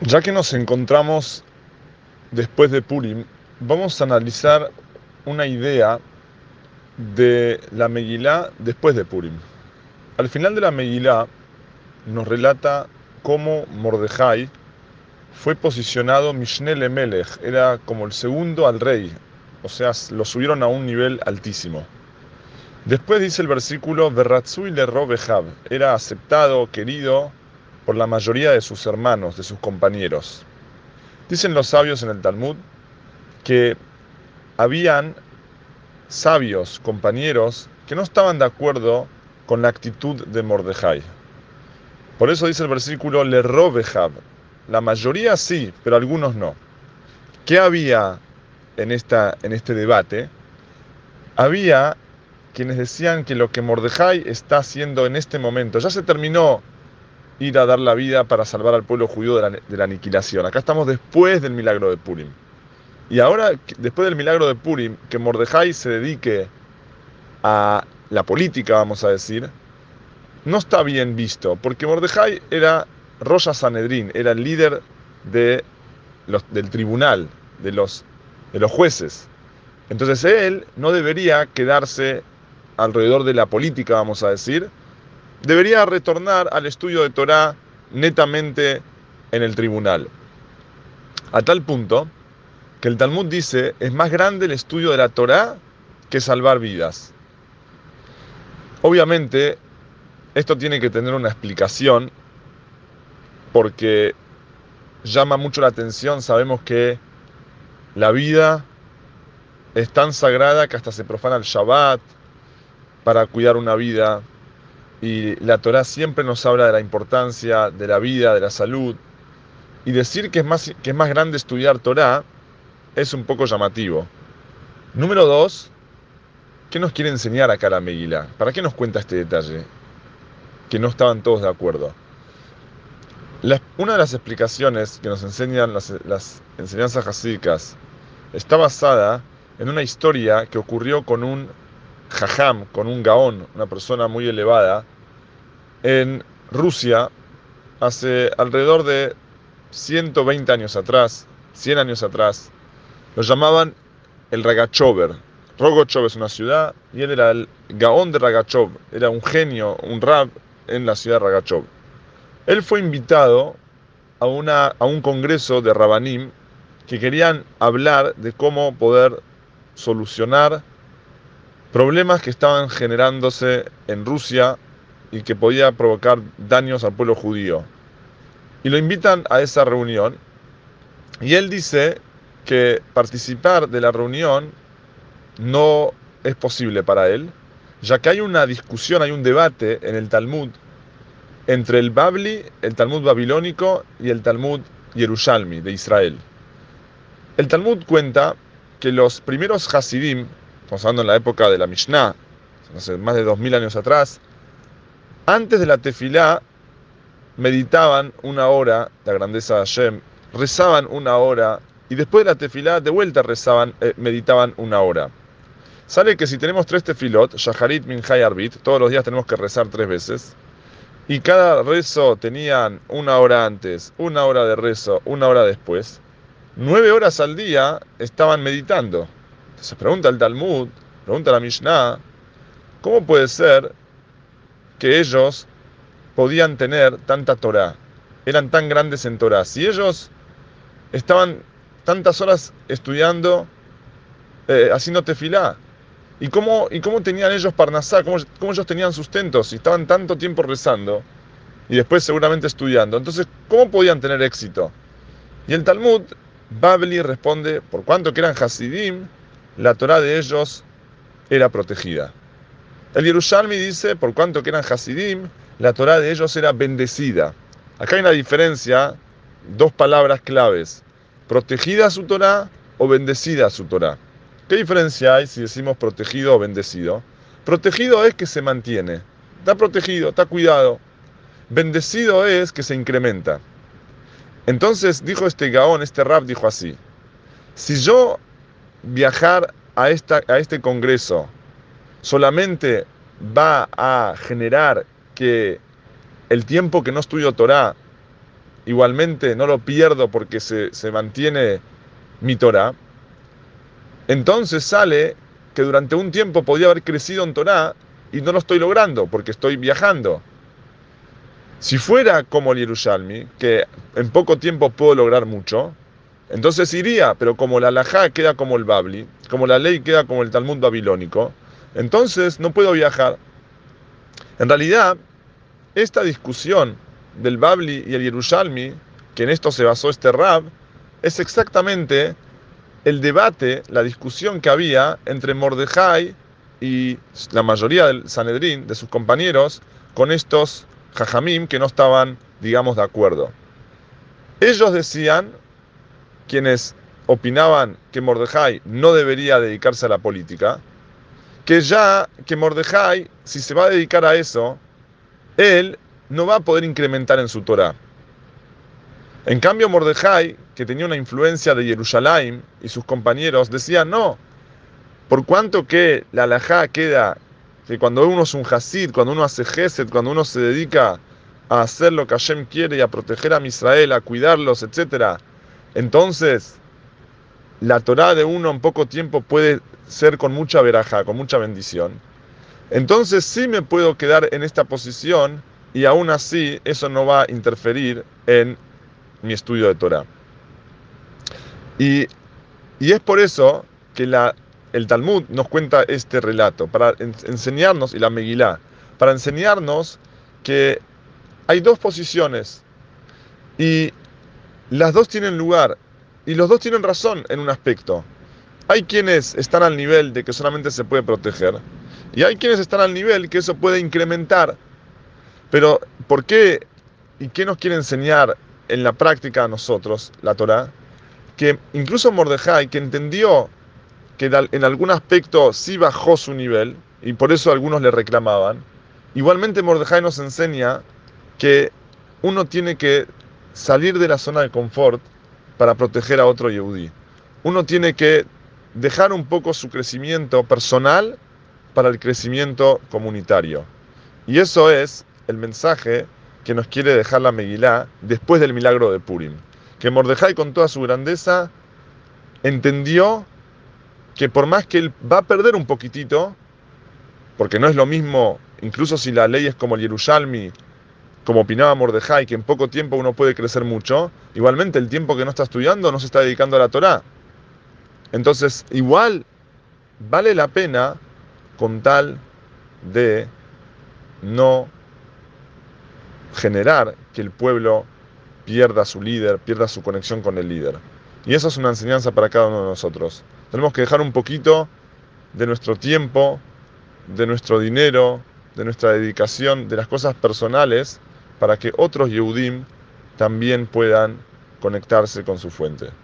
Ya que nos encontramos después de Purim, vamos a analizar una idea de la Megilá después de Purim. Al final de la Megilá nos relata cómo Mordejai fue posicionado Mishneh Lemelech, era como el segundo al rey, o sea, lo subieron a un nivel altísimo. Después dice el versículo, Verratzui le Robehab, era aceptado, querido por la mayoría de sus hermanos, de sus compañeros. Dicen los sabios en el Talmud que habían sabios, compañeros, que no estaban de acuerdo con la actitud de Mordejai. Por eso dice el versículo, le Robehab. La mayoría sí, pero algunos no. ¿Qué había en este debate? Había quienes decían que lo que Mordejai está haciendo en este momento, ya se terminó ir a dar la vida para salvar al pueblo judío de la aniquilación. Acá estamos después del milagro de Purim. Y ahora, después del milagro de Purim, que Mordejai se dedique a la política, vamos a decir, no está bien visto, porque Mordejai era Rosh Sanedrín, era el líder de del tribunal, de los jueces. Entonces él no debería quedarse alrededor de la política, vamos a decir, debería retornar al estudio de Torá netamente en el tribunal. A tal punto que el Talmud dice, es más grande el estudio de la Torá que salvar vidas. Obviamente, esto tiene que tener una explicación porque llama mucho la atención. Sabemos que la vida es tan sagrada que hasta se profana el Shabbat para cuidar una vida. Y la Torá siempre nos habla de la importancia de la vida, de la salud. Y decir que es más grande estudiar Torá es un poco llamativo. Número dos, ¿qué nos quiere enseñar acá la Megilá? ¿Para qué nos cuenta este detalle? Que no estaban todos de acuerdo. Una de las explicaciones que nos enseñan las enseñanzas hasídicas está basada en una historia que ocurrió con un jajam, con un gaón, una persona muy elevada, en Rusia hace alrededor de 120 años atrás, 100 años atrás. Lo llamaban el Ragachov. Rogachov es una ciudad y él era el gaón de Ragachov, era un genio, un rab en la ciudad de Ragachov. Él fue invitado a un congreso de Rabanim que querían hablar de cómo poder solucionar problemas que estaban generándose en Rusia y que podía provocar daños al pueblo judío. Y lo invitan a esa reunión y él dice que participar de la reunión no es posible para él, ya que hay una discusión, hay un debate en el Talmud entre el Babli, el Talmud babilónico y el Talmud Yerushalmi de Israel. El Talmud cuenta que los primeros Hasidim, estamos hablando en la época de la Mishnah, hace más de 2000 años atrás, antes de la tefilá meditaban una hora la grandeza de Hashem, rezaban una hora y después de la tefilá de vuelta meditaban una hora. Sale que si tenemos tres tefilot, Shaharit, Minjá y Arbit, todos los días tenemos que rezar 3 veces, y cada rezo tenían una hora antes, una hora de rezo, una hora después, 9 horas al día estaban meditando. Entonces pregunta el Talmud, pregunta la Mishnah, ¿cómo puede ser que ellos podían tener tanta Torá? Eran tan grandes en Torá. Si ellos estaban tantas horas estudiando, haciendo tefilá, ¿y cómo tenían ellos parnasá? ¿Cómo ellos tenían sustento? Si estaban tanto tiempo rezando y después seguramente estudiando. Entonces, ¿cómo podían tener éxito? Y el Talmud, Babli responde, por cuanto que eran Hasidim, la Torá de ellos era protegida. El Yerushalmi dice, por cuanto que eran Hasidim, la Torá de ellos era bendecida. Acá hay una diferencia, dos palabras claves. Protegida su Torá o bendecida su Torá. ¿Qué diferencia hay si decimos protegido o bendecido? Protegido es que se mantiene. Está protegido, está cuidado. Bendecido es que se incrementa. Entonces dijo este Gaón, este Rab dijo así: si yo viajar a este congreso solamente va a generar que el tiempo que no estudio Torá igualmente no lo pierdo porque se mantiene mi Torah, entonces sale que durante un tiempo podía haber crecido en Torah y no lo estoy logrando porque estoy viajando. Si fuera como el Yerushalmi, que en poco tiempo puedo lograr mucho, entonces iría, pero como la halajá queda como el Babli, como la ley queda como el Talmud babilónico, entonces no puedo viajar. En realidad, esta discusión del Babli y el Yerushalmi, que en esto se basó este Rab, es exactamente el debate, la discusión que había entre Mordejai y la mayoría del Sanedrín, de sus compañeros, con estos Jajamim que no estaban, digamos, de acuerdo. Ellos decían, quienes opinaban que Mordejai no debería dedicarse a la política, que Mordejai, si se va a dedicar a eso, él no va a poder incrementar en su Torah. En cambio, Mordejai, que tenía una influencia de Jerusalén y sus compañeros, decían no, por cuanto que la halajá queda, que cuando uno es un hasid, cuando uno hace gesed, cuando uno se dedica a hacer lo que Hashem quiere y a proteger a Israel, a cuidarlos, etc., entonces la Torá de uno en poco tiempo puede ser con mucha verajá, con mucha bendición. Entonces sí me puedo quedar en esta posición y aún así eso no va a interferir en mi estudio de Torah. Y es por eso que el Talmud nos cuenta este relato, para enseñarnos, y la Megilá, para enseñarnos que hay dos posiciones y las dos tienen lugar y los dos tienen razón en un aspecto. Hay quienes están al nivel de que solamente se puede proteger y hay quienes están al nivel que eso puede incrementar. Pero, ¿por qué y qué nos quiere enseñar en la práctica a nosotros, la Torá? Que incluso Mordejai, que entendió que en algún aspecto sí bajó su nivel, y por eso algunos le reclamaban, igualmente Mordejai nos enseña que uno tiene que salir de la zona de confort para proteger a otro Yehudí. Uno tiene que dejar un poco su crecimiento personal para el crecimiento comunitario. Y eso es el mensaje que nos quiere dejar la Megilá después del milagro de Purim. Que Mordejai, con toda su grandeza, entendió que por más que él va a perder un poquitito, porque no es lo mismo, incluso si la ley es como el Yerushalmi, como opinaba Mordejai, que en poco tiempo uno puede crecer mucho, igualmente el tiempo que no está estudiando no se está dedicando a la Torá. Entonces, igual vale la pena con tal de no generar que el pueblo pierda su líder, pierda su conexión con el líder. Y eso es una enseñanza para cada uno de nosotros. Tenemos que dejar un poquito de nuestro tiempo, de nuestro dinero, de nuestra dedicación, de las cosas personales, para que otros Yehudim también puedan conectarse con su fuente.